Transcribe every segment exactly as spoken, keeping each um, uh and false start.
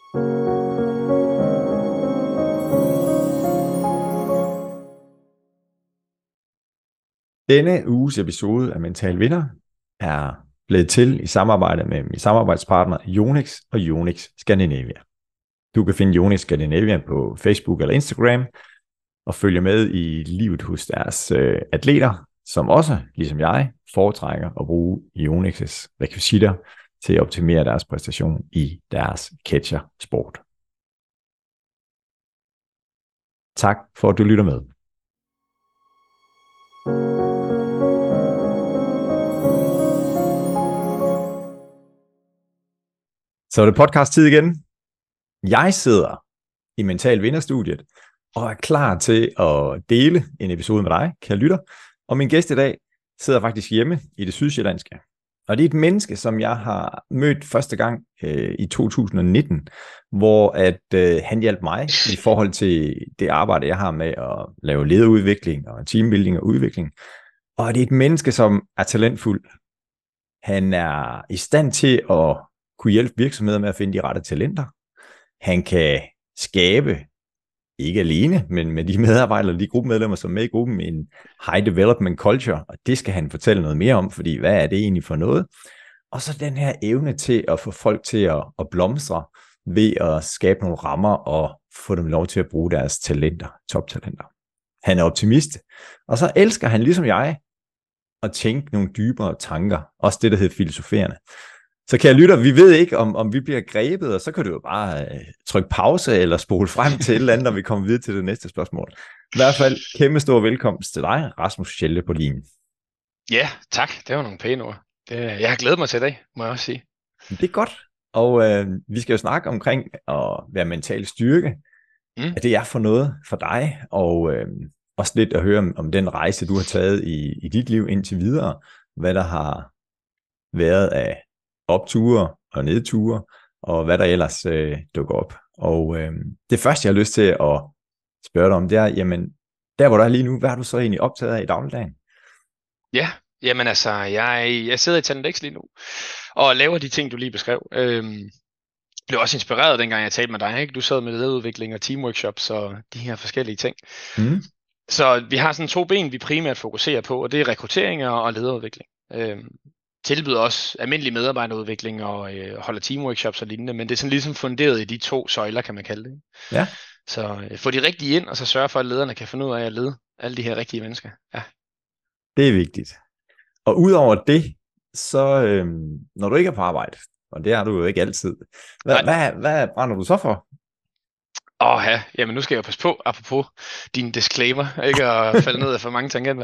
Denne uges episode af Mental Vinder er blevet til i samarbejde med min samarbejdspartner Yonex og Yonex Scandinavia. Du kan finde Yonex Scandinavia på Facebook eller Instagram og følge med i livet hos deres øh, atleter, som også, ligesom jeg, foretrækker at bruge Yonex' rekvisitter til at optimere deres præstation i deres catcher-sport. Tak for at du lytter med. Så er det podcast-tid igen. Jeg sidder i Mental Vinder-studiet og er klar til at dele en episode med dig, kære lytter. Og min gæst i dag sidder faktisk hjemme i det sydsjællandske. Og det er et menneske, som jeg har mødt første gang øh, i to tusind nitten, hvor at øh, han hjalp mig i forhold til det arbejde, jeg har med at lave lederudvikling og teambuilding og udvikling. Og det er et menneske, som er talentfuld. Han er i stand til at kunne hjælpe virksomheder med at finde de rette talenter. Han kan skabe, ikke alene, men med de medarbejdere, de gruppemedlemmer, som er med i gruppen, en high development culture, og det skal han fortælle noget mere om, fordi hvad er det egentlig for noget? Og så den her evne til at få folk til at, at blomstre ved at skabe nogle rammer og få dem lov til at bruge deres talenter, toptalenter. Han er optimist, og så elsker han, ligesom jeg, at tænke nogle dybere tanker, også det, der hedder filosoferende. Så kære lytter, vi ved ikke, om, om vi bliver grebet, og så kan du jo bare øh, trykke pause eller spole frem til et eller andet, når vi kommer videre til det næste spørgsmål. I hvert fald kæmpe stor velkomst til dig, Rasmus Schelde på linjen. Ja, tak. Det var nogle pæne ord. Det, jeg har glædet mig til i dag, må jeg også sige. Det er godt, og øh, vi skal jo snakke omkring at være mental styrke. Mm. At det er for noget for dig, og øh, også lidt at høre om, om den rejse, du har taget i, i dit liv indtil videre, hvad der har været af opture og nedture, og hvad der ellers øh, dukker op. Og øh, det første, jeg har lyst til at spørge dig om, det er, jamen, der hvor du er lige nu, hvad er du så egentlig optaget af i dagligdagen? Ja, jamen altså, jeg, jeg sidder i Tandex lige nu, og laver de ting, du lige beskrev. Øhm, jeg blev også inspireret, dengang jeg talte med dig, ikke? Du sad med lederudvikling og teamworkshops og de her forskellige ting. Mm. Så vi har sådan to ben, vi primært fokuserer på, og det er rekruttering og lederudvikling. Øhm, tilbyder også almindelig medarbejderudvikling og øh, holder teamworkshops og lignende, men det er sådan ligesom funderet i de to søjler, kan man kalde det. Ja. Så øh, få de rigtige ind, og så sørge for, at lederne kan finde ud af at lede alle de her rigtige mennesker. Ja. Det er vigtigt. Og udover det, så øh, når du ikke er på arbejde, og det er du jo ikke altid, hvad, hvad, hvad brænder du så for? Åh oh, ja, jamen nu skal jeg passe på, apropos din disclaimer, ikke at falde ned af for mange tangenter.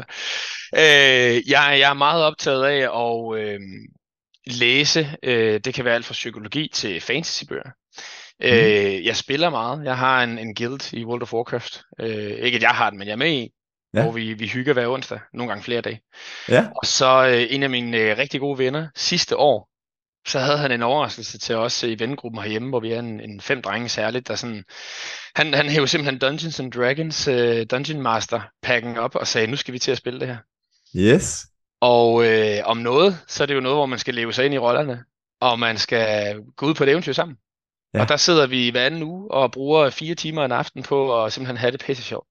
Øh, jeg, jeg er meget optaget af at øh, læse, øh, det kan være alt fra psykologi til fantasybøger. Mm. Øh, jeg spiller meget, jeg har en, en guild i World of Warcraft, øh, ikke at jeg har den, men jeg er med i, ja. Hvor vi, vi hygger hver onsdag, nogle gange flere dage. Ja. Og så øh, en af mine øh, rigtig gode venner sidste år, så havde han en overraskelse til os i vennegruppen herhjemme, hvor vi er en, en fem drenge særligt, der sådan, han, han hævde simpelthen Dungeons and Dragons uh, Dungeon Master pakken op og sagde, nu skal vi til at spille det her. Yes. Og øh, om noget, så er det jo noget, hvor man skal leve sig ind i rollerne, og man skal gå ud på et eventyr sammen. Ja. Og der sidder vi hver anden uge og bruger fire timer en aften på at simpelthen have det pisse sjovt.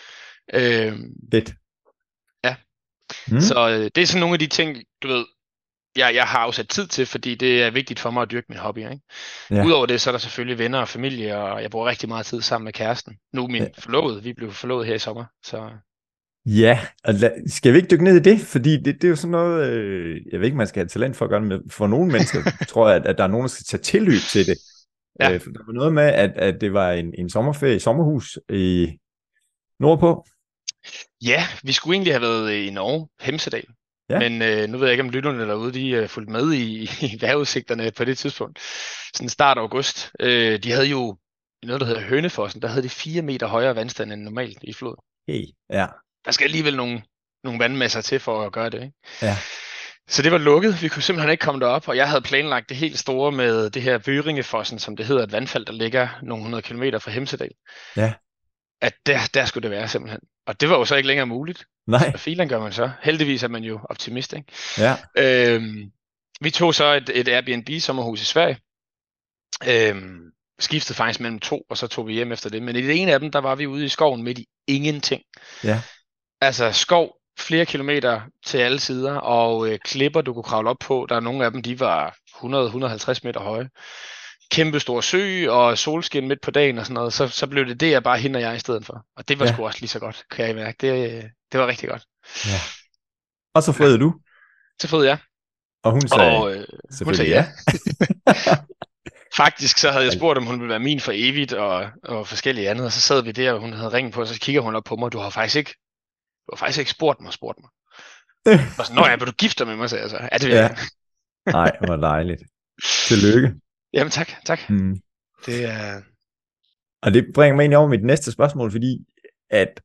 Øh, Fedt. Ja. Mm. Så øh, det er sådan nogle af de ting, du ved, Jeg, jeg har afsat tid til, fordi det er vigtigt for mig at dyrke min hobby. Ikke? Ja. Udover det, så er der selvfølgelig venner og familie, og jeg bruger rigtig meget tid sammen med kæresten. Nu er min ja. forlovede, vi blev forlovet her i sommer. Så... Ja, og la- skal vi ikke dykke ned i det? Fordi det, det er jo sådan noget, øh, jeg ved ikke, man skal have talent for at gøre det med. For nogle mennesker tror jeg, at, at der er nogen, der skal tage tilløb til det. Ja. Øh, for der var noget med, at, at det var en, en sommerferie i sommerhus i nordpå. Ja, vi skulle egentlig have været i Norge, Hemsedal. Ja. Men øh, nu ved jeg ikke, om lytterne derude, de er fulgt med i, i vejrudsigterne på det tidspunkt. Sådan start august. Øh, de havde jo noget, der hedder Hønefossen. Der havde de fire meter højere vandstand end normalt i floden. Hey. Ja. Der skal alligevel nogle, nogle vandmasser til for at gøre det. Ikke? Ja. Så det var lukket. Vi kunne simpelthen ikke komme derop. Og jeg havde planlagt det helt store med det her Vøringefossen, som det hedder, et vandfald, der ligger nogle hundrede kilometer fra Hemsedal. Ja. At der, der skulle det være simpelthen. Og det var jo så ikke længere muligt. Nej. Så filen gør man så. Heldigvis er man jo optimist, ikke? Ja. Øhm, vi tog så et, et Airbnb sommerhus i Sverige. Øhm, skiftede faktisk mellem to, og så tog vi hjem efter det. Men i det ene af dem, der var vi ude i skoven midt i ingenting. Ja. Altså skov, flere kilometer til alle sider, og øh, klipper, du kunne kravle op på. Der er nogle af dem, de var hundrede til hundrede og halvtreds meter høje. Kæmpe stor sø, og solskin midt på dagen og sådan noget. Så, så blev det det, jeg bare hende og jeg i stedet for. Og det var Ja. sgu også lige så godt, kan jeg mærke. Det, det var rigtig godt. Ja. Og så friede du, Så friede jeg. og hun sagde Og øh, hun selvfølgelig sagde ja. ja. Faktisk så havde jeg spurgt, om hun ville være min for evigt, og, og forskellige andet. Og så sad vi der, og hun havde ringen på, og så kigger hun op på mig. Du har faktisk ikke, du har faktisk ikke spurgt mig, spurgt mig. Og så, nå ja, vil du gifte med mig, sagde jeg så. Ja, det vil Ja. jeg. Nej, hvor dejligt. Tillykke. Jamen tak, tak. Mm. Det er... Og det bringer mig egentlig over mit næste spørgsmål, fordi at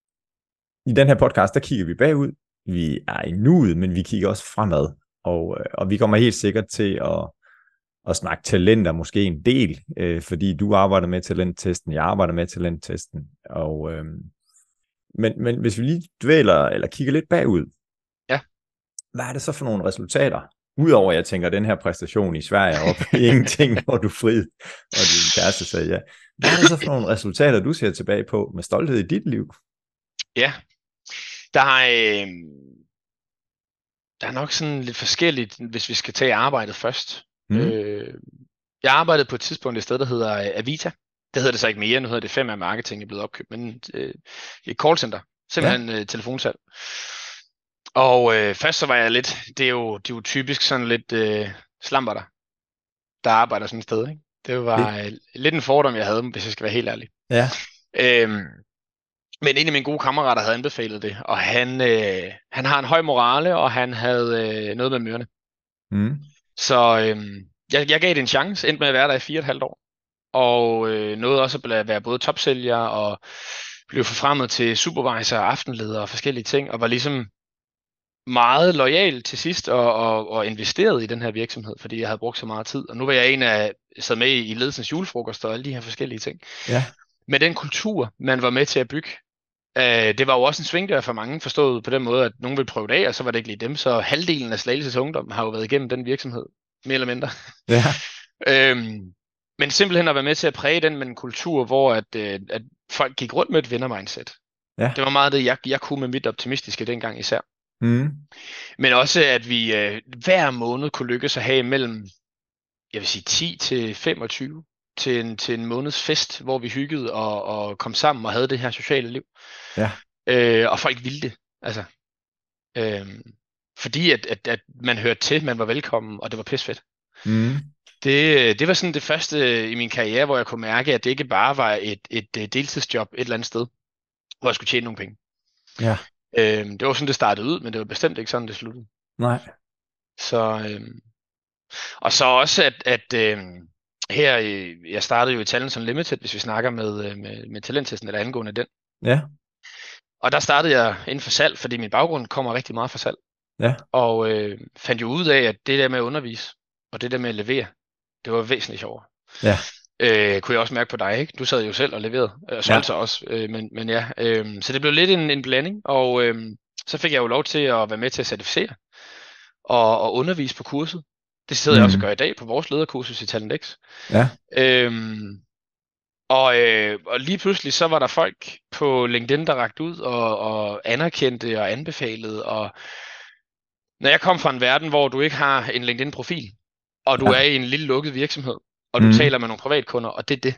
i den her podcast, der kigger vi bagud. Vi er i nuet, men vi kigger også fremad. Og, og vi kommer helt sikkert til at, at snakke talenter måske en del, øh, fordi du arbejder med talenttesten, jeg arbejder med talenttesten. Og, øh, men, men hvis vi lige dvæler, eller kigger lidt bagud, Ja. Hvad er det så for nogle resultater? Udover, jeg tænker, den her præstation i Sverige op i ingenting, hvor du frid, og din kæreste sagde ja. Hvad er det så for nogle resultater, du ser tilbage på med stolthed i dit liv? Ja, der er, øh, der er nok sådan lidt forskelligt, hvis vi skal tage arbejdet først. Mm. Øh, jeg arbejdede på et tidspunkt et sted, der hedder Avita. Det hedder det så ikke mere, nu hedder det fem af Marketing, er blevet opkøbt, men øh, et callcenter, simpelthen ja. øh, telefonsalg. Og øh, først så var jeg lidt, det er jo, det er jo typisk sådan lidt øh, slamperter, der arbejder sådan et sted, ikke? Det var øh, lidt en fordom, jeg havde, hvis jeg skal være helt ærlig. Ja. Øhm, men en af mine gode kammerater havde anbefalet det, og han, øh, han har en høj morale, og han havde øh, noget med mørene. Mm. Så øh, jeg, jeg gav det en chance, endte med at være der i fire og et halvt år. Og øh, nåede også at være både topsælger, og blev forfremmet til supervisor, aftenleder og forskellige ting, og var ligesom meget lojal til sidst og, og, og investeret i den her virksomhed, fordi jeg havde brugt så meget tid. Og nu var jeg en af, sad med i ledelsens julefrokost og alle de her forskellige ting. Ja. Men den kultur, man var med til at bygge, øh, det var jo også en svingdør for mange, forstået på den måde, at nogen ville prøve det af, og så var det ikke lige dem. Så halvdelen af Slagelses ungdom har jo været igennem den virksomhed, mere eller mindre. Ja. øhm, men simpelthen at være med til at præge den med en kultur, hvor at, øh, at folk gik rundt med et vinder-mindset. Ja. Det var meget det, jeg, jeg kunne med mit optimistiske dengang især. Mm. Men også, at vi øh, hver måned kunne lykkes at have mellem, jeg vil sige, ti til femogtyve til en, til en måneds fest, hvor vi hyggede og, og kom sammen og havde det her sociale liv. Ja. Øh, og folk ville det. Altså, øh, fordi at, at, at man hørte til, man var velkommen, og det var pisfedt. Mm. Det, det var sådan det første i min karriere, hvor jeg kunne mærke, at det ikke bare var et, et, et deltidsjob et eller andet sted, hvor jeg skulle tjene nogle penge. Ja. Øh, det var sådan, det startede ud, men det var bestemt ikke sådan, det sluttede. Nej. Så, øh, og så også, at, at øh, her, øh, jeg startede jo i Talents Unlimited, hvis vi snakker med, øh, med, med talenttesten eller angående den. Ja. Og der startede jeg inden for salg, fordi min baggrund kommer rigtig meget fra salg. Ja. Og øh, fandt jo ud af, at det der med at undervise, og det der med at levere, det var væsentligt sjovere. Ja. Øh, kunne jeg også mærke på dig, ikke? Du sad jo selv og leverede, og solgte så også, øh, men, men ja. Øh, så det blev lidt en, en blanding, og øh, så fik jeg jo lov til at være med til at certificere, og, og undervise på kurset. Det sidder mm. jeg også og gør i dag på vores lederkursus i TalentX. Ja. Øhm, og, øh, og lige pludselig så var der folk på LinkedIn, der rakte ud og, og anerkendte og anbefalede. Og når jeg kom fra en verden, hvor du ikke har en LinkedIn-profil, og du ja. er i en lille lukket virksomhed, og du mm. taler med nogle privatkunder, og det er det.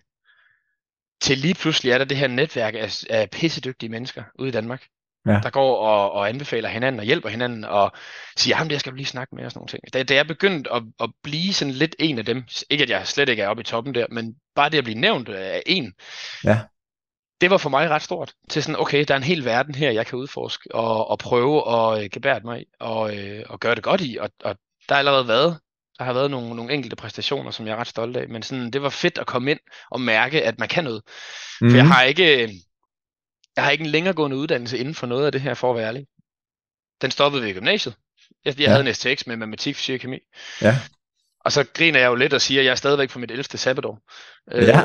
Til lige pludselig er der det her netværk af, af pissedygtige mennesker ude i Danmark, ja. der går og, og anbefaler hinanden og hjælper hinanden og siger, jamen det skal du lige snakke med og sådan nogle ting. Da, da jeg begyndte at, at blive sådan lidt en af dem, ikke at jeg slet ikke er oppe i toppen der, men bare det at blive nævnt af en, ja. det var for mig ret stort. Til sådan, okay, der er en hel verden her, jeg kan udforske og, og prøve at øh, gebære mig i og, øh, og gøre det godt i. Og, og der har allerede været, der har været nogle, nogle enkelte præstationer, som jeg er ret stolt af, men sådan, det var fedt at komme ind og mærke, at man kan noget. Mm. For jeg har ikke... Jeg har ikke en længeregående uddannelse inden for noget af det her, for at være ærlig. Den stoppede ved gymnasiet. Jeg, jeg ja. havde en S T X med matematik, fysik og kemi. Ja. Og så griner jeg jo lidt og siger, at jeg er stadigvæk på mit ellevte sabbatår. Ja.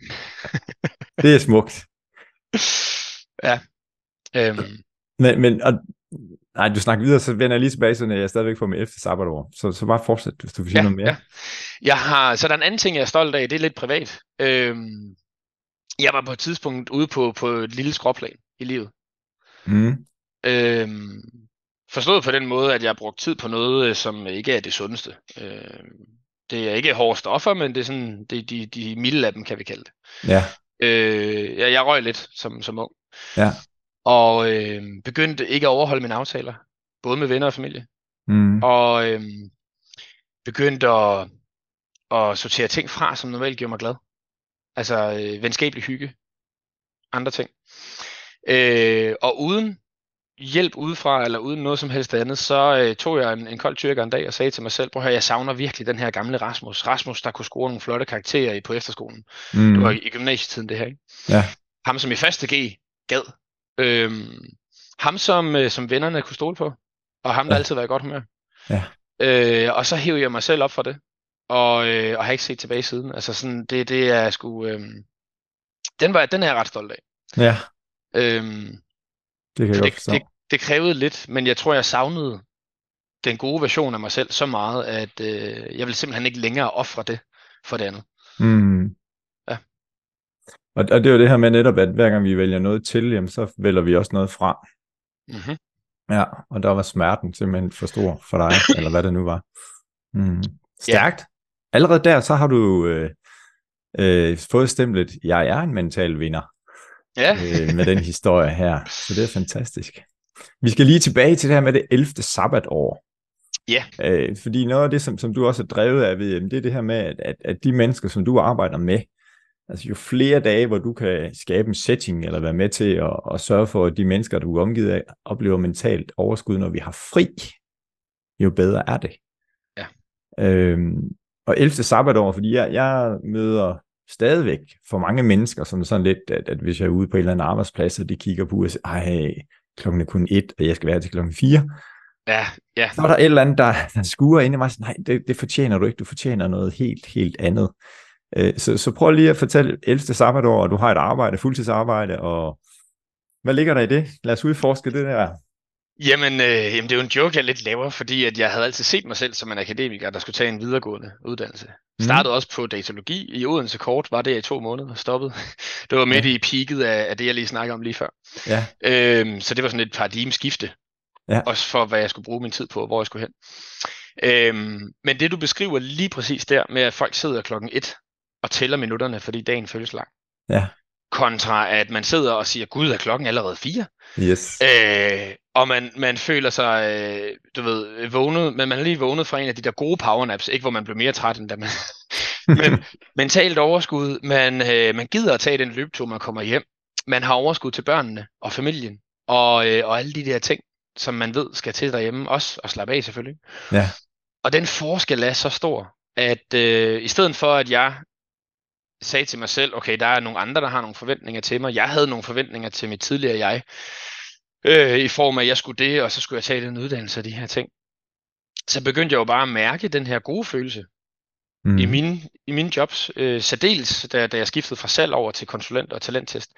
Det er smukt. Ja. Øhm. Men, men og nej, du snakker videre, så vender jeg lige tilbage, så jeg er stadigvæk på mit ellevte sabbatår. Så, så bare fortsæt, hvis du vil sige Ja, noget mere. ja. Jeg har, så der er en anden ting, jeg er stolt af, det er lidt privat. Øhm, jeg var på et tidspunkt ude på, på et lille skråplan i livet. Mm. Øhm, forstået på den måde, at jeg har brugt tid på noget, som ikke er det sundeste. Øhm, det er ikke hårde stoffer, men det er sådan, det er de, de milde af dem, kan vi kalde det. Ja. Øh, jeg, jeg røg lidt som, som ung. Ja. Og øh, begyndte ikke at overholde mine aftaler, både med venner og familie. Mm. Og øh, begyndte at, at sortere ting fra, som normalt gjorde mig glad. Altså øh, venskabelig hygge, andre ting. Øh, og uden hjælp udefra, eller uden noget som helst andet, så øh, tog jeg en, en kold tyrker en dag og sagde til mig selv, prøv at høre, jeg savner virkelig den her gamle Rasmus. Rasmus, der kunne score nogle flotte karakterer i, på efterskolen. Mm. Det var i, i gymnasietiden det her, ikke? Ja. Ham som i første G gad. Øhm, ham som, øh, som vennerne kunne stole på, og ham der Ja. altid var i godt humør. Ja. Øh, og så hævde jeg mig selv op for det, og, øh, og har ikke set tilbage siden. Altså sådan, det, det er sgu, øh, den, var, den er jeg ret stolt af. Ja. Øhm, Det kan jeg godt det, forstå. det, det krævede lidt, men jeg tror, jeg savnede den gode version af mig selv så meget, at øh, jeg vil simpelthen ikke længere ofre det for det andet. Mm. Ja. Og, og det er jo det her med netop, at hver gang vi vælger noget til, jamen, så vælger vi også noget fra. Mm-hmm. Ja, og der var smerten simpelthen for stor for dig, eller hvad det nu var. Mm. Stærkt. Ja. Allerede der, så har du øh, øh, fået stemplet, jeg er en mental vinder. Ja. øh, med den historie her. Så det er fantastisk. Vi skal lige tilbage til det her med det ellevte sabbatår. Ja. Øh, fordi noget af det, som, som du også er drevet af, ved, det er det her med, at, at, at de mennesker, som du arbejder med, altså jo flere dage, hvor du kan skabe en setting, eller være med til at, at sørge for, at de mennesker, du er omgivet af, oplever mentalt overskud, når vi har fri, jo bedre er det. Ja. Øhm, og ellevte sabbatår, fordi jeg, jeg møder stadigvæk for mange mennesker, som sådan lidt, at, at hvis jeg er ude på en eller anden arbejdsplads, og de kigger på og siger, ej, klokken er kun et, og jeg skal være til klokken fire. Ja, ja. Så er der et eller andet, der, der skuer ind i mig, nej, det, det fortjener du ikke, du fortjener noget helt, helt andet. Så, så prøv lige at fortælle ellevte sabbatår, og du har et arbejde, fuldtidsarbejde, og hvad ligger der i det? Lad os udforske det der. Jamen, øh, jamen det er jo en joke, jeg lidt laver, fordi at jeg havde altid set mig selv som en akademiker, der skulle tage en videregående uddannelse. Mm. Startede også på datalogi i Odense kort, var det i to måneder, stoppet. Det var midt ja. i peaket af, af det, jeg lige snakkede om lige før. Ja. Øhm, så det var sådan et paradigmeskifte, ja. Også for, hvad jeg skulle bruge min tid på, og hvor jeg skulle hen. Øhm, men det, du beskriver lige præcis der, med at folk sidder klokken et og tæller minutterne, fordi dagen føles lang. Ja. Kontra at man sidder og siger, gud, er klokken allerede fire? Yes. Øh, og man, man føler sig, øh, du ved, vågnet, men man er lige vågnet fra en af de der gode powernaps, ikke hvor man blev mere træt end da man, men mentalt overskud, man, øh, man gider at tage den løbetur, man kommer hjem, man har overskud til børnene og familien, og, øh, og alle de der ting, som man ved skal til derhjemme, også og slappe af selvfølgelig. Ja. Og den forskel er så stor, at øh, i stedet for at jeg sagde til mig selv, okay, der er nogle andre, der har nogle forventninger til mig. Jeg havde nogle forventninger til mit tidligere jeg, øh, i form af, at jeg skulle det, og så skulle jeg tage den uddannelse og de her ting. Så begyndte jeg jo bare at mærke den her gode følelse mm. i, mine, i mine jobs, øh, særdeles, da, da jeg skiftede fra salg over til konsulent og talenttest,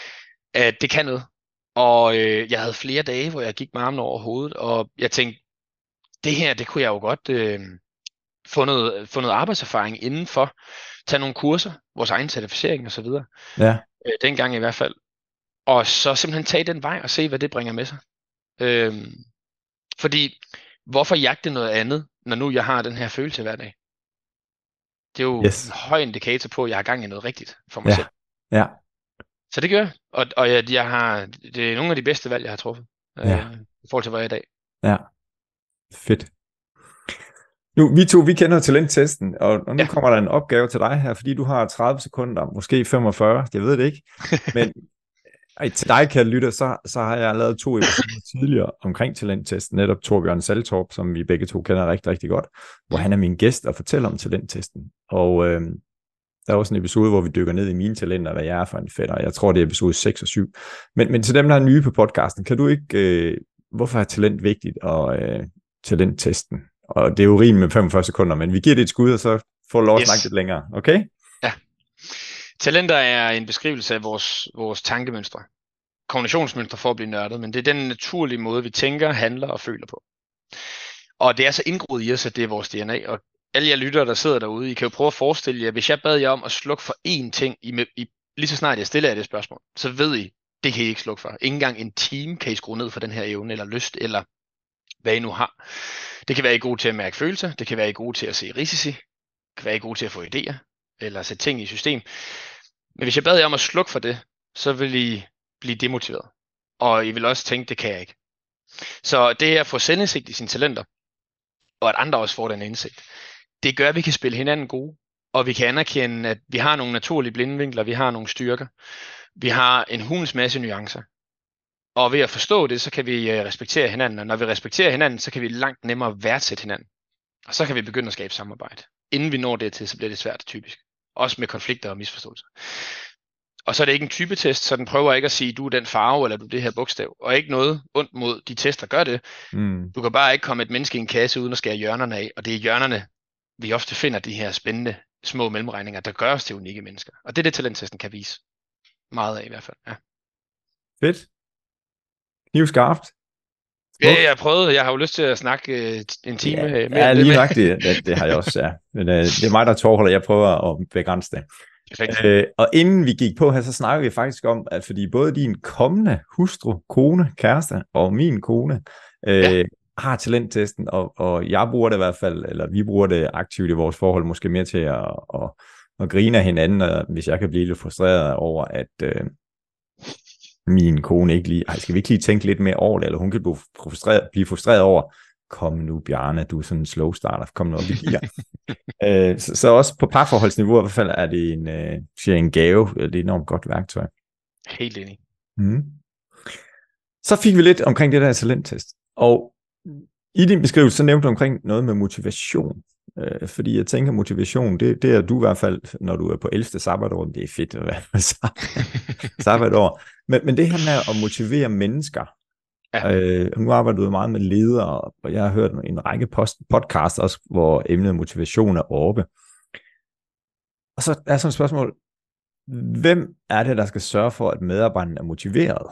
at det kan noget. Og øh, jeg havde flere dage, hvor jeg gik med armen over hovedet, og jeg tænkte, det her, det kunne jeg jo godt øh, få, noget, få noget arbejdserfaring indenfor, tage nogle kurser, vores egen certificering og så videre. Ja. Øh, dengang i hvert fald. Og så simpelthen tage den vej og se, hvad det bringer med sig. Øhm, fordi, hvorfor jagte noget andet, når nu jeg har den her følelse hver dag? Det er jo yes. en høj indikator på, at jeg har gang i noget rigtigt for mig ja. selv. Ja. Så det gør jeg. Og, og jeg, jeg har, det er nogle af de bedste valg, jeg har truffet. Ja. Øh, I forhold til, hvor jeg er i dag. Ja. Fedt. Nu, vi to, vi kender talenttesten, og, og nu ja. kommer der en opgave til dig her, fordi du har tredive sekunder, måske femogfyrre, jeg ved det ikke. Men ej, til dig, kan jeg lytte, så, så har jeg lavet to episoder tidligere omkring talenttesten, netop Torbjørn Saltorp, som vi begge to kender rigtig, rigtig godt, hvor han er min gæst og fortæller om talenttesten. Og øh, der er også en episode, hvor vi dykker ned i mine talenter, hvad jeg er for en fætter. Jeg tror, det er episode seks og syv. Men, men til dem, der er nye på podcasten, kan du ikke, øh, hvorfor er talent vigtigt, og øh, talenttesten? Og det er jo rimeligt med femogfyrre sekunder, men vi giver det et skud, og så får du lov at yes. snakke lidt længere. Okay? Ja. Talenter er en beskrivelse af vores, vores tankemønstre. kognitionsmønstre for at blive nørdet, men det er den naturlige måde, vi tænker, handler og føler på. Og det er så indgroet i os, at det er vores D N A, og alle jer lyttere, der sidder derude, I kan jo prøve at forestille jer, hvis jeg bad jer om at slukke for én ting, I, I, lige så snart jeg stiller jer det spørgsmål, så ved I, det kan I ikke slukke for. Ikke engang en time kan I skrue ned for den her evne, eller lyst, eller hvad I nu har. Det kan være, I er gode til at mærke følelser, det kan være, I er gode til at se risici, det kan være, I er gode til at få idéer, eller sætte ting i system. Men hvis jeg bad jer om at slukke for det, så vil I blive demotiveret. Og I vil også tænke, det kan jeg ikke. Så det at få selvindsigt i sine talenter, og at andre også får den indsigt, det gør, at vi kan spille hinanden gode, og vi kan anerkende, at vi har nogle naturlige blindvinkler, vi har nogle styrker, vi har en hulens masse nuancer. Og ved at forstå det, så kan vi respektere hinanden, og når vi respekterer hinanden, så kan vi langt nemmere værdsætte hinanden. Og så kan vi begynde at skabe samarbejde. Inden vi når dertil, så bliver det svært typisk. Også med konflikter og misforståelser. Og så er det ikke en typetest, så den prøver ikke at sige, du er den farve, eller du er det her bogstav. Og ikke noget ondt mod de tester, gør det. Mm. Du kan bare ikke komme et menneske i en kasse, uden at skære hjørnerne af. Og det er hjørnerne, vi ofte finder de her spændende små mellemregninger, der gør os til unikke mennesker. Og det er det, talenttesten kan vise. Meget af i hvert fald, ja. Fedt. Knivskarpt. Ja, jeg har prøvet. Jeg har jo lyst til at snakke øh, en time ja, mere. Ja, lige nok det, det, det har jeg også, ja. Men øh, det er mig, der tårholder. Jeg prøver at begrænse det. Øh, og inden vi gik på her, så snakkede vi faktisk om, at fordi både din kommende hustru, kone, kæreste og min kone øh, ja. har talenttesten, og, og jeg bruger det i hvert fald, eller vi bruger det aktivt i vores forhold, måske mere til at, at, at grine af hinanden, og hvis jeg kan blive lidt frustreret over, at øh, min kone ikke lige, ej, skal vi ikke lige tænke lidt mere over det, eller hun kan blive frustreret, blive frustreret over, kom nu Bjarne, du er sådan en slow starter, kom nu op i gear. øh, så, så også på parforholdsniveau i hvert fald er det en, øh, siger en gave, det er et enormt godt værktøj. Helt enig. Mm. Så fik vi lidt omkring det der talenttest, og i din beskrivelse, så nævnte du omkring noget med motivation, øh, fordi jeg tænker motivation, det, det er du i hvert fald, når du er på ellevte sabbatår, det er fedt at være på sabbatår, men, men det her med at motivere mennesker, ja. øh, nu arbejder du meget med ledere, og jeg har hørt en række post, podcasts også, hvor emnet motivation er oppe, og så er sådan et spørgsmål, hvem er det, der skal sørge for, at medarbejderne er motiveret?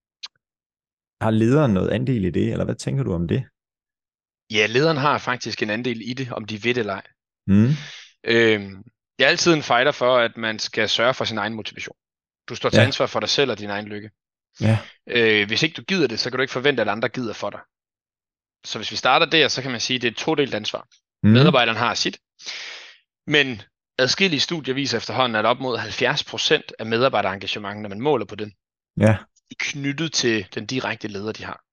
Har lederen noget andel i det, eller hvad tænker du om det? Ja, lederen har faktisk en andel i det, om de ved det eller ej. Mm. Øhm, jeg er altid en fighter for, at man skal sørge for sin egen motivation. Du står til ja. ansvar for dig selv og din egen lykke. Ja. Øh, hvis ikke du gider det, så kan du ikke forvente, at andre gider for dig. Så hvis vi starter der, så kan man sige, at det er et todelt ansvar. Mm. Medarbejderen har sit. Men adskillige studier viser efterhånden, at op mod halvfjerds procent af medarbejderengagementet, når man måler på den, ja. er knyttet til den direkte leder, de har.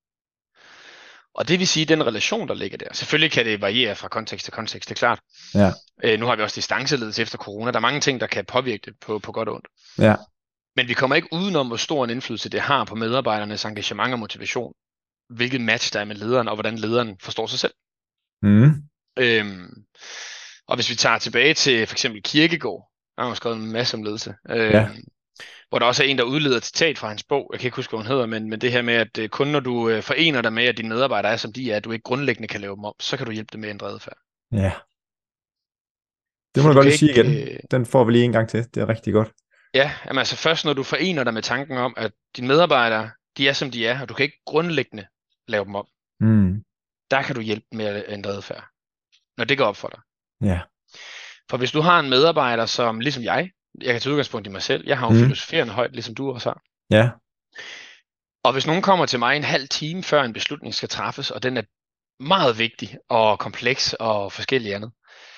Og det vil sige, den relation, der ligger der. Selvfølgelig kan det variere fra kontekst til kontekst, det er klart. Ja. Øh, nu har vi også distanceledelse efter corona. Der er mange ting, der kan påvirke det på, på godt og ondt. Ja. Men vi kommer ikke udenom, hvor stor en indflydelse det har på medarbejdernes engagement og motivation. Hvilket match der er med lederen, og hvordan lederen forstår sig selv. Mm. Øhm, og hvis vi tager tilbage til for eksempel Kierkegaard, der har jo skrevet en masse om ledelse. Øhm, ja. Hvor der også er en, der udleder et citat fra hans bog. Jeg kan ikke huske, hvad hun hedder, men, men det her med, at øh, kun når du øh, forener dig med, at dine medarbejdere er, som de er, at du ikke grundlæggende kan lave dem om, så kan du hjælpe dem med at ændre adfærd. Ja. Det må jeg godt lige sige igen. Øh... Den får vi lige en gang til. Det er rigtig godt. Ja, jamen altså først når du forener dig med tanken om, at dine medarbejdere, de er, som de er, og du kan ikke grundlæggende lave dem om. Mm. Der kan du hjælpe dem med at ændre adfærd. Når det går op for dig. Ja. For hvis du har en medarbejder, som ligesom jeg, jeg kan tage udgangspunkt i mig selv. Jeg har jo mm. filosoferende højt, ligesom du også har. Ja. Og hvis nogen kommer til mig en halv time, før en beslutning skal træffes, og den er meget vigtig og kompleks og forskellig andet.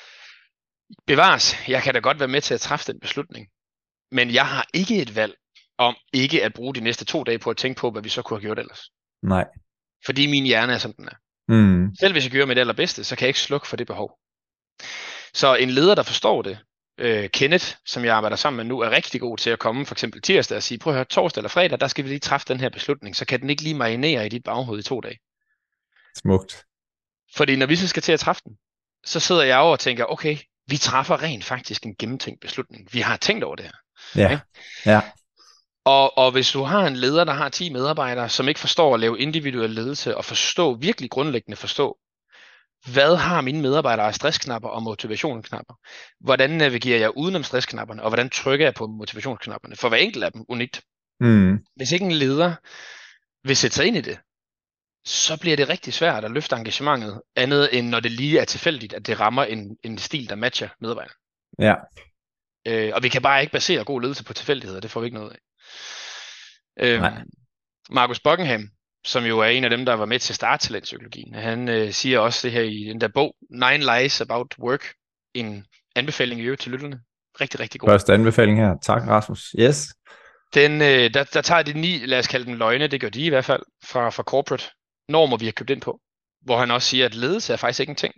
Bevares, jeg kan da godt være med til at træffe den beslutning. Men jeg har ikke et valg om ikke at bruge de næste to dage på at tænke på, hvad vi så kunne have gjort ellers. Nej. Fordi min hjerne er, som den er. Mm. Selv hvis jeg gør mit allerbedste, så kan jeg ikke slukke for det behov. Så en leder, der forstår det, Uh, Kenneth, som jeg arbejder sammen med nu, er rigtig god til at komme for eksempel tirsdag og sige, prøv at høre, torsdag eller fredag, der skal vi lige træffe den her beslutning, så kan den ikke lige marinere i dit baghoved i to dage. Smukt. Fordi når vi så skal til at træffe den, så sidder jeg over og tænker, okay, vi træffer rent faktisk en gennemtænkt beslutning. Vi har tænkt over det her. Ja, okay? Ja. Og, og hvis du har en leder, der har ti medarbejdere, som ikke forstår at lave individuel ledelse og forstå, virkelig grundlæggende forstå, hvad har mine medarbejdere af stressknapper og motivationsknapper? Hvordan navigerer jeg udenom stressknapperne, og hvordan trykker jeg på motivationsknapperne? For hver enkelt af dem unikt. Mm. Hvis ikke en leder vil sætte sig ind i det, så bliver det rigtig svært at løfte engagementet, andet end når det lige er tilfældigt, at det rammer en, en stil, der matcher medarbejderne. Ja. Øh, og vi kan bare ikke basere god ledelse på tilfældigheder, det får vi ikke noget af. Nej. Øhm, Marcus Buckingham, som jo er en af dem, der var med til at starte talentpsykologien, han øh, siger også det her i den der bog, Nine Lies About Work, en anbefaling i øvrigt til lytterne. Rigtig, rigtig god. Første anbefaling her. Tak, Rasmus. Yes. Den, øh, der, der tager de ni, lad os kalde dem løgne, det gør de i hvert fald, fra, fra corporate normer, vi har købt ind på. Hvor han også siger, at ledelse er faktisk ikke en ting.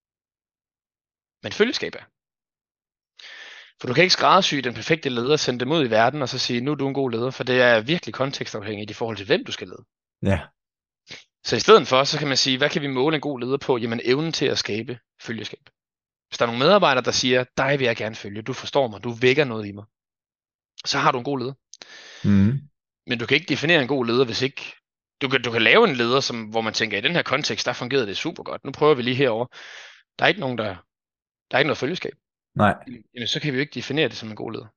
Men følgeskab er. For du kan ikke skræddersy den perfekte leder, sende dem ud i verden, og så sige, nu er du en god leder, for det er virkelig kontekstafhængigt i forhold til, hvem du skal lede. Ja. Så i stedet for, så kan man sige, hvad kan vi måle en god leder på? Jamen evnen til at skabe følgeskab. Hvis der er nogle medarbejdere, der siger, dig vil jeg gerne følge, du forstår mig, du vækker noget i mig, så har du en god leder. Mm. Men du kan ikke definere en god leder, hvis ikke... Du kan, du kan lave en leder, som, hvor man tænker, i den her kontekst, der fungerede det super godt. Nu prøver vi lige herover. Der er ikke nogen, der... Der er ikke noget følgeskab. Nej. Jamen, så kan vi jo ikke definere det som en god leder.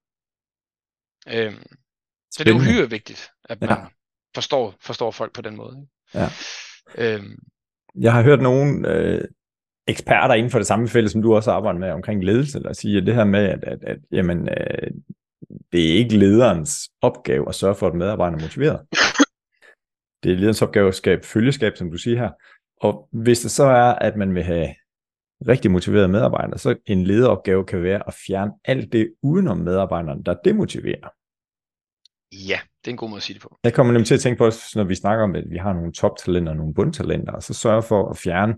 Øhm, så det er uhyre vigtigt, at man ja. forstår, forstår folk på den måde. Ikke? Ja. Øhm, Jeg har hørt nogle øh, eksperter inden for det samme felt, som du også arbejder med omkring ledelse, der siger det her med, at, at, at jamen, øh, det er ikke lederens opgave at sørge for, at medarbejderne er motiveret. Det er lederens opgave at skabe følgeskab, som du siger her. Og hvis det så er, at man vil have rigtig motiverede medarbejdere, så en lederopgave kan være at fjerne alt det udenom medarbejderne, der demotiverer. Ja, det er en god måde at sige det på. Jeg kommer nemlig til at tænke på, når vi snakker om, at vi har nogle toptalenter og nogle bundtalenter, og så sørge for at fjerne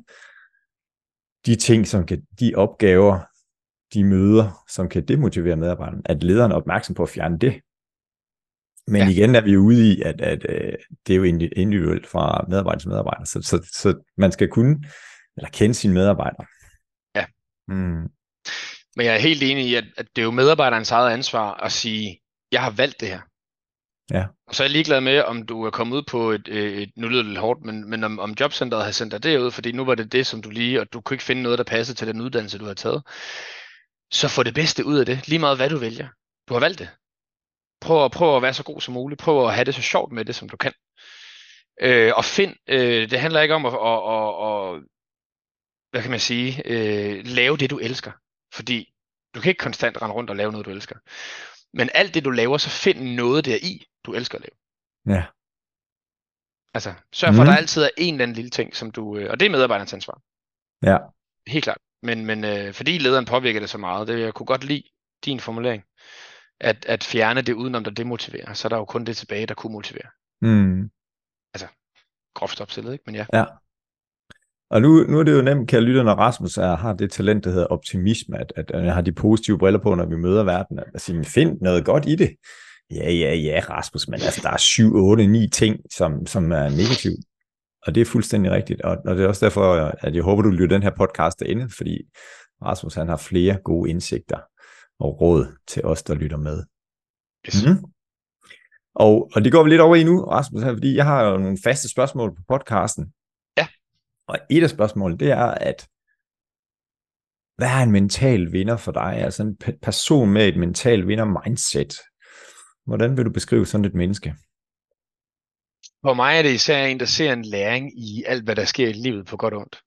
de ting, som kan, de opgaver, de møder, som kan demotivere medarbejderne, at lederen er opmærksom på at fjerne det. Men ja. igen er vi ude i, at, at, at det er jo individuelt fra medarbejder til medarbejder, så, så, så man skal kunne, eller kende sine medarbejdere. Ja. Mm. Men jeg er helt enig i, at, at det er jo medarbejderens eget ansvar at sige, jeg har valgt det her. Ja. Og så er jeg ligeglad med, om du er kommet ud på et, et nu lyder det lidt hårdt, men, men om, om jobcenteret har sendt dig derud, fordi nu var det det, som du lige, og du kunne ikke finde noget, der passede til den uddannelse, du har taget. Så få det bedste ud af det, lige meget hvad du vælger. Du har valgt det. Prøv at, prøv at være så god som muligt. Prøv at have det så sjovt med det, som du kan. Øh, og find, øh, det handler ikke om at, at, at, at hvad kan man sige, øh, lave det, du elsker. Fordi du kan ikke konstant rende rundt og lave noget, du elsker. Men alt det, du laver, så find noget deri, du elsker at lave. Ja. Altså, sørg for, mm. at der altid er en eller anden lille ting, som du, øh, og det er medarbejderens ansvar. Ja. Helt klart. Men, men øh, fordi lederen påvirker det så meget, det jeg kunne godt lide din formulering, at, at fjerne det udenom, der demotiverer, så er der jo kun det tilbage, der kunne motivere. Mm. Altså, groft opstillet, ikke? Men ja. Ja. Og nu, nu er det jo nemt, kære lytter, når Rasmus er, har det talent, der hedder optimisme, at, at, at har de positive briller på, når vi møder verden, at, at sige, find noget godt i det. Ja, ja, ja, Rasmus, men altså, der er syv, otte, ni ting, som, som er negativt. Og det er fuldstændig rigtigt, og, og det er også derfor, at jeg håber, du lytter den her podcast derinde, fordi Rasmus, han har flere gode indsigter og råd til os, der lytter med. Yes. Mm. Og, og det går vi lidt over i nu, Rasmus, fordi jeg har jo nogle faste spørgsmål på podcasten. Ja. Og et af spørgsmålene, det er, at hvad er en mental vinder for dig? Altså en pe- person med et mental vinder-mindset. Hvordan vil du beskrive sådan et menneske? For mig er det især en, der ser en læring i alt, hvad der sker i livet på godt og ondt.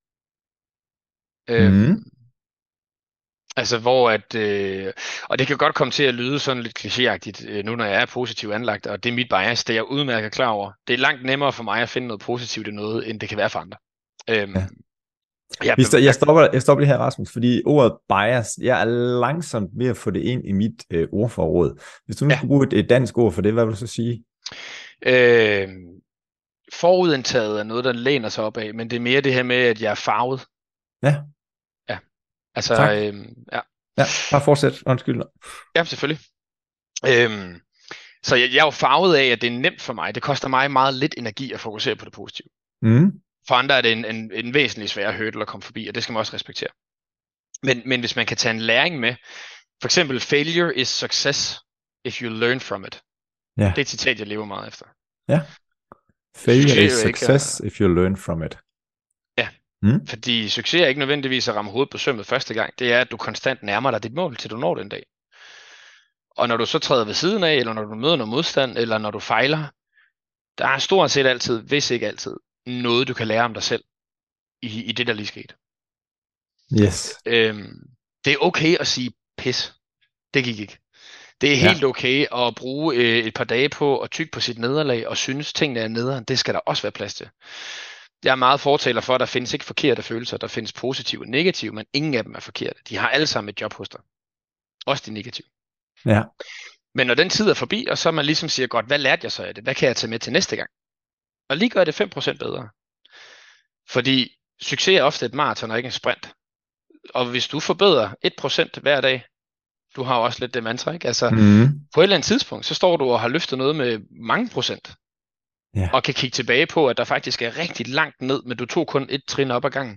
Mm. Øhm, altså hvor at, øh, og det kan godt komme til at lyde sådan lidt klichéagtigt, øh, nu når jeg er positivt anlagt, og det er mit bias, det er jeg udmærket klar over. Det er langt nemmere for mig at finde noget positivt i noget, end det kan være for andre. Øhm, ja. jeg, jeg, jeg, stopper, jeg stopper lige her, Rasmus, fordi ordet bias, jeg er langsomt ved at få det ind i mit øh, ordforråd. Hvis du nu ja. skulle bruge et, et dansk ord for det, hvad vil du så sige? Øh, forudindtaget er noget, der læner sig op af, men det er mere det her med, at jeg er farvet. Ja. Ja. Altså, øhm, ja. Ja, bare fortsæt. Undskyld. Ja, selvfølgelig. Øhm, så jeg, jeg er jo farvet af, at det er nemt for mig. Det koster mig meget lidt energi at fokusere på det positive. Mm. For andre er det en, en, en væsentlig svær hurdle at komme forbi, og det skal man også respektere. Men, men hvis man kan tage en læring med, for eksempel, failure is success if you learn from it. Ja. Det er et citat, jeg lever meget efter. Ja. Failure Succes is success ikke, if you learn from it. Ja, mm. fordi succes er ikke nødvendigvis at ramme hovedet på sømmet første gang. Det er, at du konstant nærmer dig dit mål, til du når den dag. Og når du så træder ved siden af, eller når du møder noget modstand, eller når du fejler, der er stort set altid, hvis ikke altid, noget du kan lære om dig selv i, i det, der lige skete. Yes. Øhm, det er okay at sige pis. Det gik ikke. Det er helt ja. okay at bruge øh, et par dage på at tygge på sit nederlag og synes, tingene er nederen. Det skal der også være plads til. Jeg er meget fortaler for, at der findes ikke forkerte følelser. Der findes positive og negative, men ingen af dem er forkerte. De har alle sammen et job hos dig. Også de negative. Ja. Men når den tid er forbi, og så man ligesom siger, godt, hvad lærte jeg så af det? Hvad kan jeg tage med til næste gang? Og lige gør det fem procent bedre. Fordi succes er ofte et maraton og ikke en sprint. Og hvis du forbedrer et procent hver dag, du har jo også lidt det mantra, ikke? Altså, mm. på et eller andet tidspunkt, så står du og har løftet noget med mange procent. Ja. Og kan kigge tilbage på, at der faktisk er rigtig langt ned, men du tog kun et trin op ad gangen.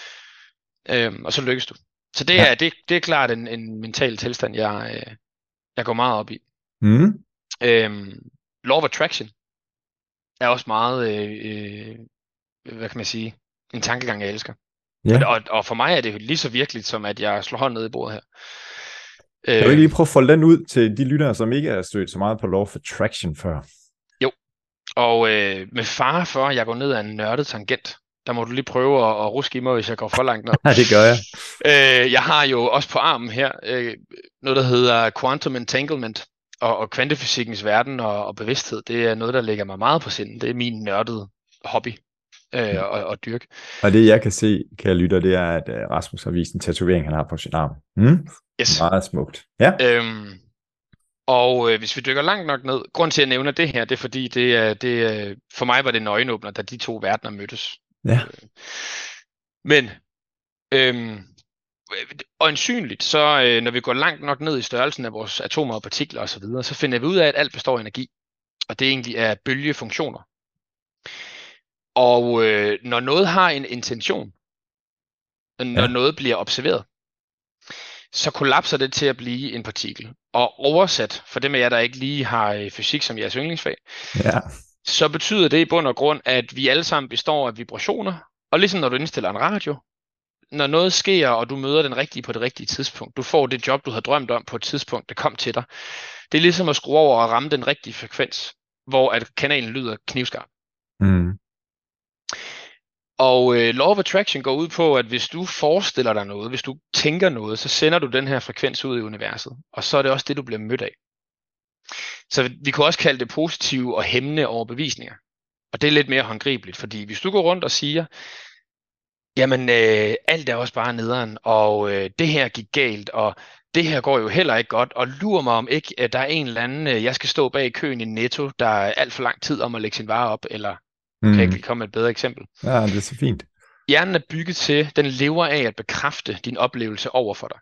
Øhm, og så lykkes du. Så det, ja. er, det, det er klart en, en mental tilstand, jeg, øh, jeg går meget op i. Mm. Øhm, Law of Attraction er også meget, øh, øh, hvad kan man sige, en tankegang, jeg elsker. Ja. Og, og for mig er det lige så virkeligt, som at jeg slår hånden ned i bordet her. Kan du ikke lige prøve at folde den ud til de lyttere, som ikke er stødt så meget på Law of Attraction før? Jo, og øh, med fare for, at jeg går ned ad en nørdet tangent, der må du lige prøve at, at ruske i mig, hvis jeg går for langt ned. Ja, det gør jeg. Øh, jeg har jo også på armen her øh, noget, der hedder Quantum Entanglement, og, og kvantefysikkens verden og, og bevidsthed. Det er noget, der ligger mig meget på sinden. Det er min nørdede hobby. Øh, og, og dyrke. Og det jeg kan se, kære lytter, det er, at uh, Rasmus har vist en tatovering, han har på sin arm. Mm? Yes. Meget smukt. Ja. Øhm, og øh, hvis vi dykker langt nok ned, grund til at nævne det her, det er fordi, det er, det er, for mig var det en øjenåbner, da de to verdener mødtes. Ja. Øh, men øhm, øjensynligt, så øh, når vi går langt nok ned i størrelsen af vores atomer og partikler osv., så, så finder vi ud af, at alt består af energi. Og det egentlig er bølgefunktioner. Og øh, når noget har en intention, når ja. noget bliver observeret, så kollapser det til at blive en partikel. Og oversat, for dem af jer, der ikke lige har fysik som jeres yndlingsfag, ja. så betyder det i bund og grund, at vi alle sammen består af vibrationer. Og ligesom når du indstiller en radio, når noget sker, og du møder den rigtige på det rigtige tidspunkt, du får det job, du havde drømt om på et tidspunkt, det kom til dig. Det er ligesom at skrue over og ramme den rigtige frekvens, hvor at kanalen lyder knivskarp. Mm. Og øh, Law of Attraction går ud på, at hvis du forestiller dig noget, hvis du tænker noget, så sender du den her frekvens ud i universet. Og så er det også det, du bliver mødt af. Så vi kan også kalde det positive og hæmmende overbevisninger. Og det er lidt mere håndgribeligt, fordi hvis du går rundt og siger, jamen øh, alt er også bare nederen, og øh, det her gik galt, og det her går jo heller ikke godt, og lurer mig om ikke, at der er en eller anden, øh, jeg skal stå bag i køen i Netto, der er alt for lang tid om at lægge sin vare op, eller mm. kan jeg ikke komme med et bedre eksempel. Ja, det er så fint. Hjernen er bygget til, den lever af at bekræfte din oplevelse over for dig.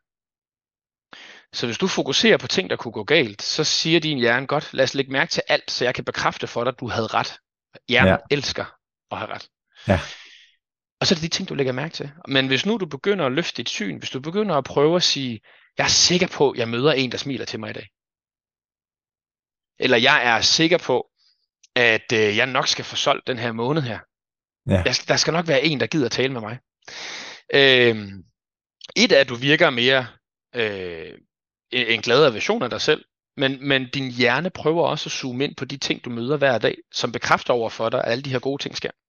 Så hvis du fokuserer på ting, der kunne gå galt, så siger din hjerne godt, lad os lægge mærke til alt, så jeg kan bekræfte for dig, at du havde ret. Hjernen ja. elsker at have ret. Ja. Og så er det de ting, du lægger mærke til. Men hvis nu du begynder at løfte dit syn, hvis du begynder at prøve at sige, jeg er sikker på, at jeg møder en, der smiler til mig i dag. Eller jeg er sikker på, at øh, jeg nok skal få solgt den her måned her. Ja. Jeg, der skal nok være en, der gider at tale med mig. Øhm, et er, at du virker mere øh, en gladere version af dig selv, men, men din hjerne prøver også at zoome ind på de ting, du møder hver dag, som bekræfter over for dig, at alle de her gode ting sker.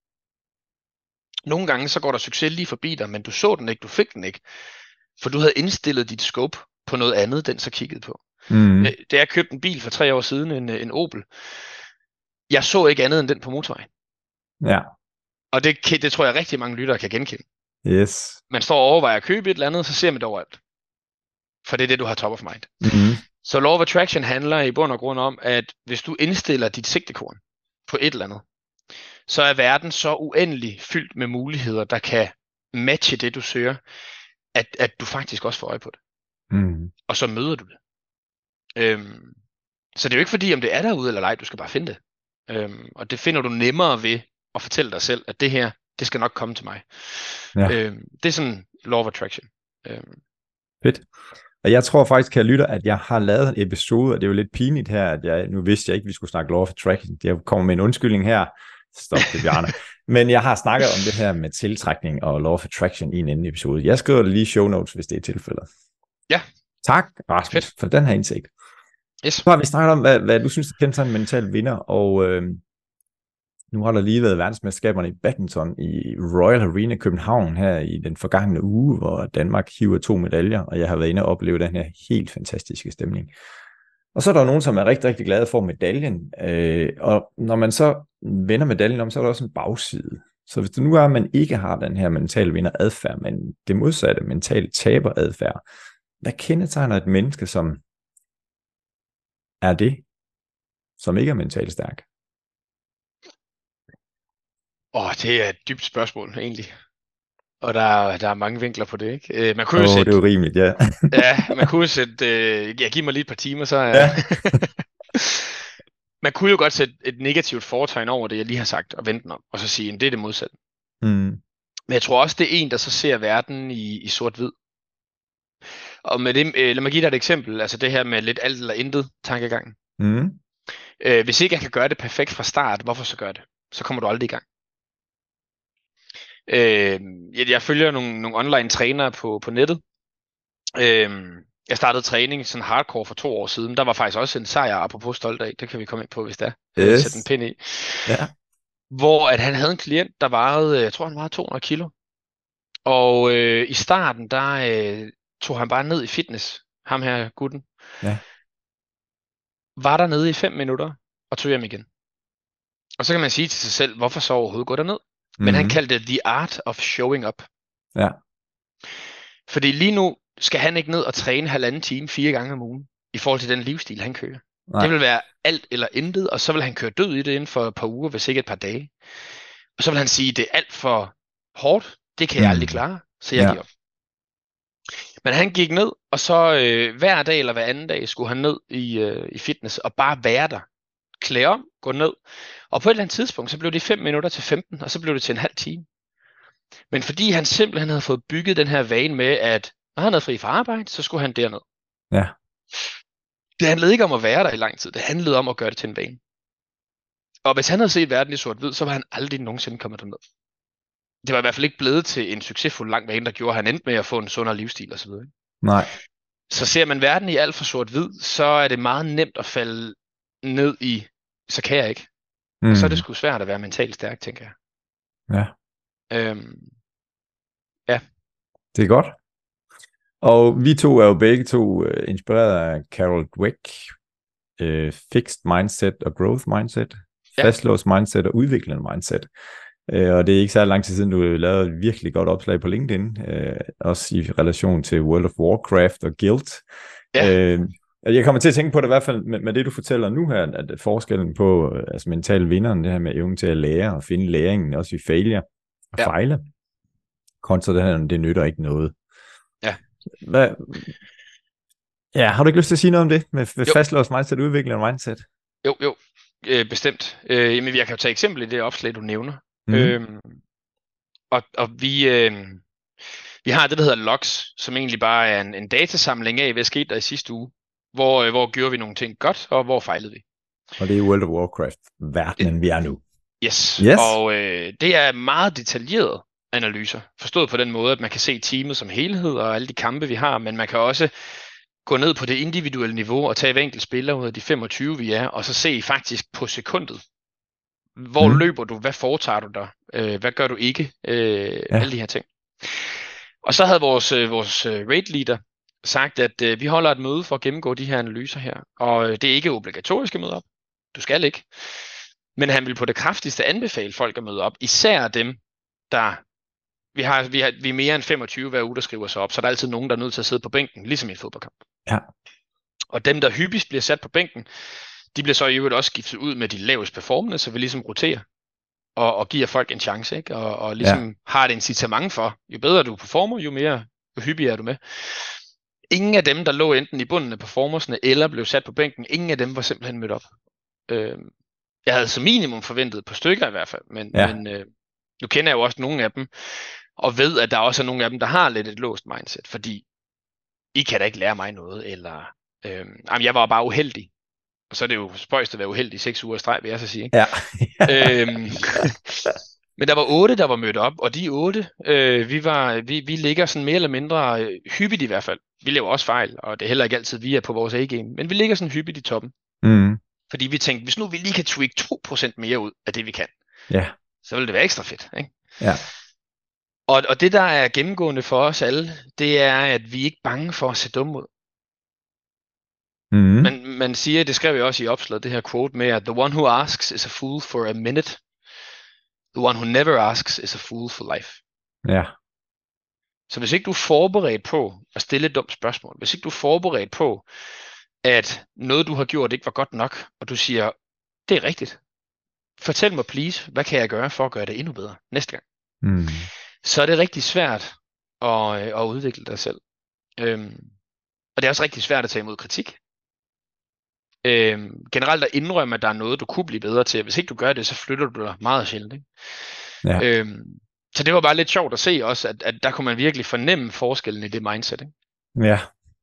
Nogle gange så går der succes lige forbi dig, men du så den ikke, du fik den ikke, for du havde indstillet dit scope på noget andet, den så kiggede på. Mm. Da jeg købte en bil for tre år siden, en, en Opel, jeg så ikke andet end den på motorvejen. Ja. Og det, det tror jeg rigtig mange lyttere kan genkende. Yes. Man står og overvejer at købe et eller andet, så ser man det overalt. For det er det, du har top of mind. Mm-hmm. Så Law of Attraction handler i bund og grund om, at hvis du indstiller dit sigtekorn på et eller andet, så er verden så uendelig fyldt med muligheder, der kan matche det, du søger, at, at du faktisk også får øje på det. Mm. Og så møder du det. Øhm, så det er jo ikke fordi, om det er derude eller ej, du skal bare finde det. Øhm, og det finder du nemmere ved at fortælle dig selv, at det her, det skal nok komme til mig. Ja. Øhm, det er sådan Law of Attraction. Øhm. Fedt. Og jeg tror faktisk, kan jeg lytte, at jeg har lavet en episode, og det er jo lidt pinligt her, at jeg, nu vidste jeg ikke, at vi skulle snakke Law of Attraction. Jeg kommer med en undskyldning her. Stop det, Bjarne. Men jeg har snakket om det her med tiltrækning og Law of Attraction i en anden episode. Jeg skriver det lige i show notes, hvis det er tilfældet. Ja. Tak, Rasmus, Fedt. for den her indsigt. Yes. Så har vi snakket om, hvad, hvad du synes, der kendetegner en mental vinder, og øh, nu har der lige været verdensmesterskaberne i badminton i Royal Arena København her i den forgangne uge, hvor Danmark hiver to medaljer, og jeg har været inde og opleve den her helt fantastiske stemning. Og så er der jo nogen, som er rigtig, rigtig glade for medaljen, øh, og når man så vender medaljen om, så er der også en bagside. Så hvis det nu er, at man ikke har den her mental vinder adfærd, men det modsatte mental taber adfærd, hvad kendetegner et menneske, som er det, som ikke er mentalt stærk? Åh, oh, det er et dybt spørgsmål, egentlig. Og der er, der er mange vinkler på det, ikke? Øh, man kunne Åh, jo oh, sætte, det er jo rimeligt, ja. ja, man kunne jo sætte, øh, ja, giv mig lige et par timer, så er Ja. man kunne jo godt sætte et negativt foretegn over det, jeg lige har sagt, og vente den om, og så sige, at det er det modsatte. Mm. Men jeg tror også, det er en, der så ser verden i, i sort-hvid. Og med det, øh, lad mig give dig et eksempel, altså det her med lidt alt eller intet tankegangen. Mm. Øh, hvis ikke jeg kan gøre det perfekt fra start, hvorfor så gøre det? Så kommer du aldrig i gang. Øh, jeg, jeg følger nogle, nogle online trænere på, på nettet. Øh, jeg startede træning sådan hardcore for to år siden. Der var faktisk også en sejr, apropos stolt af. Det kan vi komme ind på, hvis der er. Yes. Sætte en pind i. Ja. Hvor at han havde en klient, der vejede, jeg tror han vejede to hundrede kilo. Og øh, i starten, der øh, tog han bare ned i fitness. Ham her gutten. Ja. Var der nede i fem minutter og tog hjem igen. Og så kan man sige til sig selv, hvorfor så overhovedet gå derned? Men Mm. han kaldte det the art of showing up. Ja. Fordi lige nu skal han ikke ned og træne halvanden time fire gange om ugen, i forhold til den livsstil, han kører. Nej. Det vil være alt eller intet, og så vil han køre død i det inden for et par uger, hvis ikke et par dage. Og så vil han sige, det er alt for hårdt, det kan jeg Mm. aldrig klare, så jeg Ja. giver op. Men han gik ned, og så øh, hver dag eller hver anden dag skulle han ned i, øh, i fitness og bare være der. Klæde om, gå ned. Og på et eller andet tidspunkt, så blev det fem minutter til femten, og så blev det til en halv time. Men fordi han simpelthen havde fået bygget den her vane med, at når han havde fri fra arbejde, så skulle han derned. Ja. Det handlede ikke om at være der i lang tid, det handlede om at gøre det til en vane. Og hvis han havde set verden i sort-hvid, så var han aldrig nogensinde kommet derned. Det var i hvert fald ikke blevet til en succesfuld lang vane, der gjorde, at han endte med at få en sundere livsstil osv. Nej. Så ser man verden i alt for sort-hvid, så er det meget nemt at falde ned i, så kan jeg ikke. Mm. Og så er det sgu svært at være mentalt stærk, tænker jeg. Ja. Øhm, Det er godt. Og vi to er jo begge to uh, inspireret af Carol Dweck, uh, Fixed Mindset og Growth Mindset, Ja. Fastlåst Mindset og Udviklende Mindset. Uh, og det er ikke så lang tid siden, du lavede et virkelig godt opslag på LinkedIn, uh, også i relation til World of Warcraft og Guild. Ja. Uh, jeg kommer til at tænke på det i hvert fald med, med det, du fortæller nu her, at forskellen på uh, altså mental vinderen, det her med evnen til at lære og finde læringen, også i failure og Ja. fejle, kontra det her, det nytter ikke noget. Ja. Hvad, ja, har du ikke lyst til at sige noget om det, med, med Jo. fastlåst mindset, udvikling og mindset? Jo, jo, øh, bestemt. Øh, jamen, jeg kan jo tage eksempel i det opslag, du nævner. Mm. Øhm, og, og vi, øh, vi har det, der hedder logs, som egentlig bare er en, en datasamling af, hvad skete der i sidste uge. Hvor, øh, hvor gjorde vi nogle ting godt, og hvor fejlede vi. Og det er World of Warcraft, verdenen vi er nu. Yes, Yes. og øh, det er meget detaljeret analyser. Forstået på den måde, at man kan se teamet som helhed og alle de kampe, vi har, men man kan også gå ned på det individuelle niveau og tage hver enkelt spiller ud af de femogtyve, vi er, og så se faktisk på sekundet. Hvor Mm. mm. løber du? Hvad foretager du dig? Øh, hvad gør du ikke? Øh, Ja. alle de her ting. Og så havde vores, øh, vores øh, raid leader sagt, at øh, vi holder et møde for at gennemgå de her analyser her. Og øh, det er ikke obligatorisk at møde op. Du skal ikke. Men han vil på det kraftigste anbefale folk at møde op. Især dem, der... Vi har, vi har vi er mere end femogtyve hver uge, der skriver sig op. Så der er altid nogen, der er nødt til at sidde på bænken, ligesom i en fodboldkamp. Ja. Og dem, der hyppigst bliver sat på bænken, de bliver så i øvrigt også skiftet ud med de lavest performende, så vi ligesom roterer og, og giver folk en chance, ikke? Og, og ligesom ja. har et incitament for, jo bedre du performer, jo mere jo hyppigere er du med. Ingen af dem, der lå enten i bunden af performersne, eller blev sat på bænken, ingen af dem var simpelthen mødt op. Øh, jeg havde som minimum forventet på stykker i hvert fald, men, Ja. men øh, nu kender jeg jo også nogle af dem, og ved, at der også er nogle af dem, der har lidt et låst mindset, fordi I kan da ikke lære mig noget, eller øh, jamen, jeg var bare uheldig. Og så er det jo spøjst at være uheldig i seks uger i streg, vil jeg så sige. Ikke? Ja. øhm, men der var otte, der var mødt op, og de otte, øh, vi, var, vi, vi ligger sådan mere eller mindre øh, hyppigt i hvert fald vi laver også fejl, og det er heller ikke altid, vi er på vores A-game, men vi ligger sådan hyppigt i toppen. Mm. Fordi vi tænkte, hvis nu vi lige kan tweak to procent mere ud af det, vi kan, Ja. så vil det være ekstra fedt, ikke? Ja. Og, og det, der er gennemgående for os alle, det er, at vi ikke er bange for at se dumme ud. Mm. Man, man siger, det skrev jeg også i opslaget, det her quote med, at the one who asks is a fool for a minute. The one who never asks is a fool for life. Ja. Så hvis ikke du er forberedt på at stille et dumt spørgsmål, hvis ikke du er forberedt på, at noget du har gjort ikke var godt nok, og du siger, det er rigtigt. Fortæl mig please, hvad kan jeg gøre for at gøre det endnu bedre næste gang? Mm. Så er det rigtig svært at, at udvikle dig selv. Øhm, og det er også rigtig svært at tage imod kritik. Øhm, generelt at indrømme, at der er noget, du kunne blive bedre til. Hvis ikke du gør det, så flytter du dig meget sjældent. Ikke? Ja. Øhm, så det var bare lidt sjovt at se også, at, at der kunne man virkelig fornemme forskellen i det mindset. Ikke? Ja.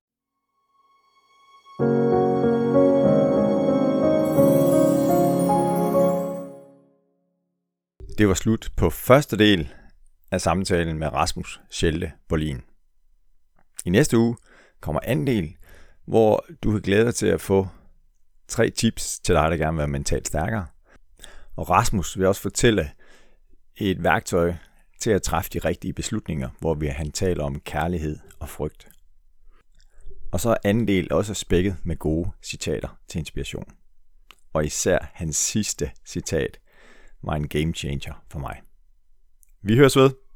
Det var slut på første del af samtalen med Rasmus Schelde Borlin. I næste uge kommer anden del, hvor du kan glæde dig til at få tre tips til dig, der gerne vil være mentalt stærkere. Og Rasmus vil også fortælle et værktøj til at træffe de rigtige beslutninger, hvor vi han taler om kærlighed og frygt. Og så er anden del også spækket med gode citater til inspiration. Og især hans sidste citat var en game changer for mig. Vi høres ved.